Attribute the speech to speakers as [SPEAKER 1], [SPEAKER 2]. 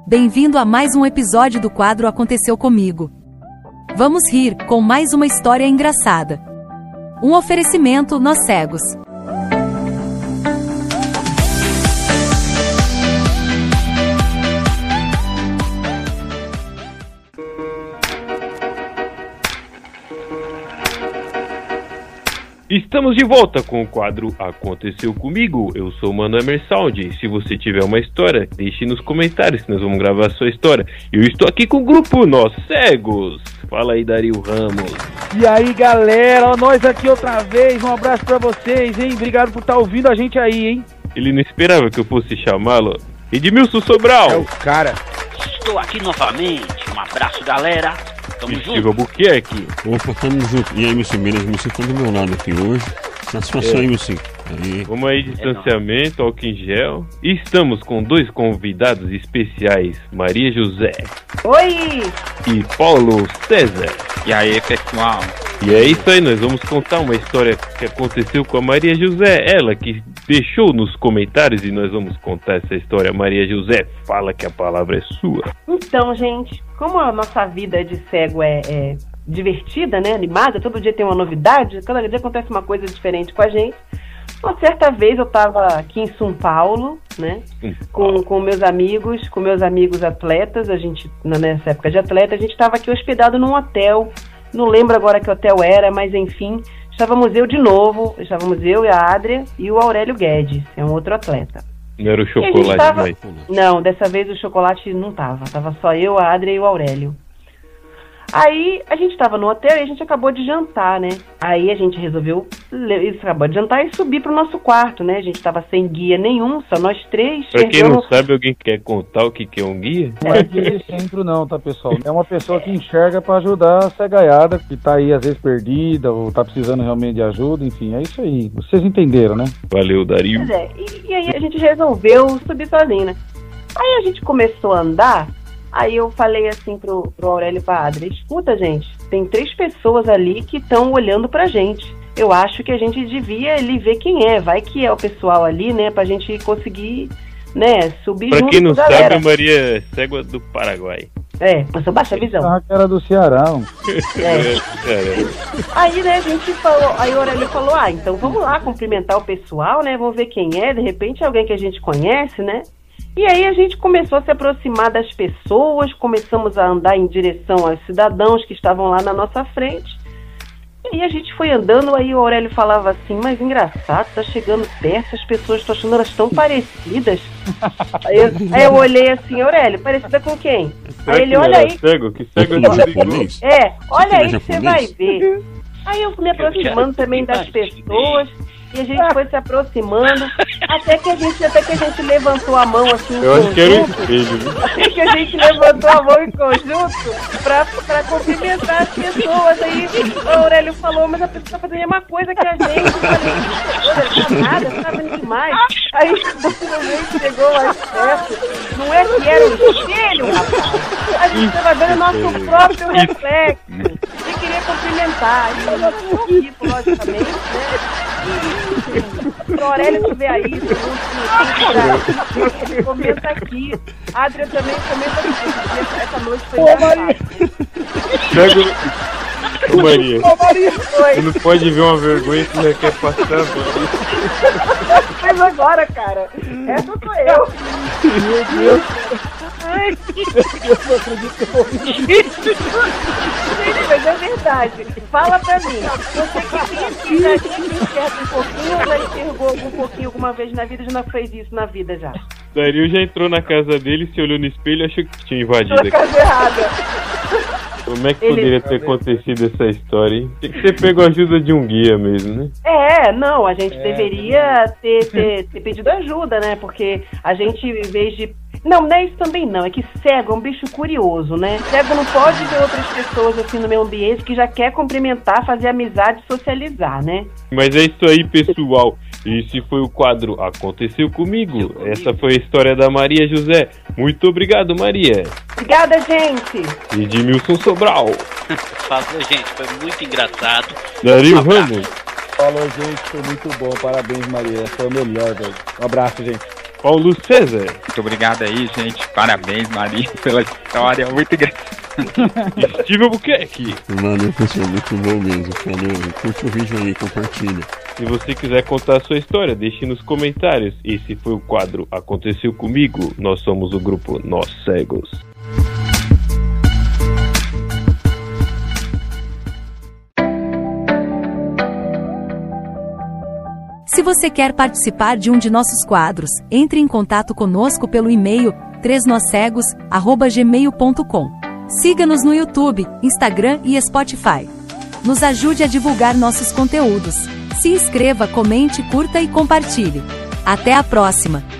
[SPEAKER 1] Bem-vindo a mais um episódio do quadro Aconteceu Comigo. Vamos rir com mais uma história engraçada. Um oferecimento Nós Cegos.
[SPEAKER 2] Estamos de volta com o quadro Aconteceu Comigo. Eu sou o Mano Emersaldi. Se você tiver uma história, deixe nos comentários que nós vamos gravar a sua história. Eu estou aqui com o grupo Nós Cegos. Fala aí, Dario Ramos.
[SPEAKER 3] E aí, galera, ó, nós aqui outra vez. Um abraço pra vocês, hein? Obrigado por estar ouvindo a gente aí, hein?
[SPEAKER 2] Ele não esperava que eu fosse chamá-lo. Edmilson Sobral.
[SPEAKER 3] É o cara.
[SPEAKER 4] Estou aqui novamente. Um abraço, galera. Tamo
[SPEAKER 2] Silva
[SPEAKER 4] junto.
[SPEAKER 2] Buquerque.
[SPEAKER 5] Opa, tamo junto. E aí, MC Minas, MC tá do meu lado aqui hoje. Satisfação aí, MC. Aí.
[SPEAKER 2] Vamos aí, distanciamento, álcool em gel. E estamos com dois convidados especiais, Maria José.
[SPEAKER 6] Oi!
[SPEAKER 2] E Paulo César.
[SPEAKER 4] E aí, pessoal?
[SPEAKER 2] E é isso aí, nós vamos contar uma história que aconteceu com a Maria José. Ela que deixou nos comentários e nós vamos contar essa história. Maria José, fala que a palavra é sua.
[SPEAKER 6] Então, gente, como a nossa vida de cego é divertida, né, animada, todo dia tem uma novidade, cada dia acontece uma coisa diferente com a gente. Uma certa vez eu estava aqui em São Paulo, né, com meus amigos atletas, a gente, nessa época de atleta, a gente estava aqui hospedado num hotel, não lembro agora que hotel era, mas enfim, estávamos eu e a Adria e o Aurélio Guedes, é um outro atleta.
[SPEAKER 2] Não era o chocolate, mas...
[SPEAKER 6] Não, dessa vez o chocolate não tava só eu, a Adria e o Aurélio. Aí a gente tava no hotel e a gente acabou de jantar, né? Aí a gente resolveu acabar de jantar e subir pro nosso quarto, né? A gente tava sem guia nenhum, só nós três.
[SPEAKER 2] Pra quem não sabe, alguém quer contar o que é um guia?
[SPEAKER 3] Não é de centro não, tá, pessoal? É uma pessoa que enxerga pra ajudar a cegaiada, que tá aí às vezes perdida, ou tá precisando realmente de ajuda, enfim, é isso aí. Vocês entenderam, né?
[SPEAKER 2] Valeu, Dario.
[SPEAKER 6] Pois é, e aí a gente resolveu subir sozinho, né? Aí a gente começou a andar. Aí eu falei assim pro Aurélio e pra Adria, escuta, gente, tem 3 pessoas ali que estão olhando pra gente. Eu acho que a gente devia ali ver quem é, vai que é o pessoal ali, né, pra gente conseguir, né, subir junto.
[SPEAKER 2] Pra quem não
[SPEAKER 6] com a galera.
[SPEAKER 2] sabe, a Maria é cégua do Paraguai.
[SPEAKER 6] É, eu sou baixa visão.
[SPEAKER 3] Ah, que era do Ceará, mano.
[SPEAKER 6] Aí, né, a gente falou, aí o Aurélio falou, então vamos lá cumprimentar o pessoal, né, vamos ver quem é, de repente é alguém que a gente conhece, né. E aí a gente começou a se aproximar das pessoas, começamos a andar em direção aos cidadãos que estavam lá na nossa frente. E aí a gente foi andando, aí o Aurélio falava assim, mas engraçado, tá chegando perto, as pessoas estão achando elas tão parecidas. Aí eu olhei assim, Aurélio, parecida com quem?
[SPEAKER 2] Será
[SPEAKER 6] Aí ele,
[SPEAKER 2] que
[SPEAKER 6] olha
[SPEAKER 2] não era
[SPEAKER 6] aí.
[SPEAKER 2] cego? Que cego
[SPEAKER 5] Ele é
[SPEAKER 2] é
[SPEAKER 5] japonês?
[SPEAKER 6] Olha aí que
[SPEAKER 5] japonês?
[SPEAKER 6] você vai ver. Aí eu fui me aproximando também das pessoas. E a gente foi se aproximando, até que a gente levantou a mão assim em
[SPEAKER 2] Eu acho que era um
[SPEAKER 6] conjunto.
[SPEAKER 2] espelho, viu?
[SPEAKER 6] Até que a gente levantou a mão em conjunto pra cumprimentar as pessoas. Aí o Aurélio falou, mas a pessoa tá fazendo a mesma coisa que a gente. Eu falei, não nada, tá vendo demais. Aí finalmente chegou mais perto. Não é que era um espelho, rapaz. A gente tava vendo o nosso próprio reflexo. E queria cumprimentar. E eu tô tipo, logicamente, né? Pro Aurélio estiver aí, ele comenta aqui. A Adria também comenta aqui. Essa noite foi engraçada.
[SPEAKER 2] Ô Maria, você não pode ver uma vergonha que já quer passar, Maria.
[SPEAKER 6] Mas agora, cara, essa sou eu.
[SPEAKER 3] Meu Deus.
[SPEAKER 6] Ai,
[SPEAKER 3] Eu não acredito que eu ouvi.
[SPEAKER 6] gente, mas é verdade. Fala pra mim, você que já enxerga um pouquinho ou já enxergou algum pouquinho alguma vez na vida, já não fez isso na vida já?
[SPEAKER 2] Dario já entrou na casa dele, se olhou no espelho e achou que tinha invadido
[SPEAKER 6] Tô na
[SPEAKER 2] aqui.
[SPEAKER 6] casa errada.
[SPEAKER 2] Como é que poderia ter acontecido essa história, hein? Tem que ter pego a ajuda de um guia mesmo, né?
[SPEAKER 6] Não, a gente deveria ter pedido ajuda, né? Porque a gente, em vez de... Não é isso também não, é que cego é um bicho curioso, né? Cego não pode ver outras pessoas assim no meio ambiente que já quer cumprimentar, fazer amizade, socializar, né?
[SPEAKER 2] Mas é isso aí, pessoal. Esse foi o quadro Aconteceu Comigo. Essa foi a história da Maria José. Muito obrigado, Maria.
[SPEAKER 6] Obrigada, gente!
[SPEAKER 2] Edmilson Sobral.
[SPEAKER 4] Falou, gente, foi muito engraçado.
[SPEAKER 2] Dario
[SPEAKER 4] Um abraço.
[SPEAKER 2] Ramos.
[SPEAKER 3] Falou, gente, foi muito bom. Parabéns, Maria. Foi o melhor, velho. Um abraço, gente.
[SPEAKER 2] Paulo César.
[SPEAKER 7] Muito obrigado aí, gente. Parabéns, Maria, pela história. Muito engraçado.
[SPEAKER 2] Steve Albuquerque.
[SPEAKER 5] Valeu, pessoal, muito bom mesmo. Falou, curte o vídeo aí, compartilha.
[SPEAKER 2] Se você quiser contar a sua história, deixe nos comentários. Esse foi o quadro Aconteceu Comigo. Nós somos o grupo Nós Cegos.
[SPEAKER 1] Se você quer participar de um de nossos quadros, entre em contato conosco pelo e-mail 3nossegos@gmail.com. Siga-nos no YouTube, Instagram e Spotify. Nos ajude a divulgar nossos conteúdos. Se inscreva, comente, curta e compartilhe. Até a próxima!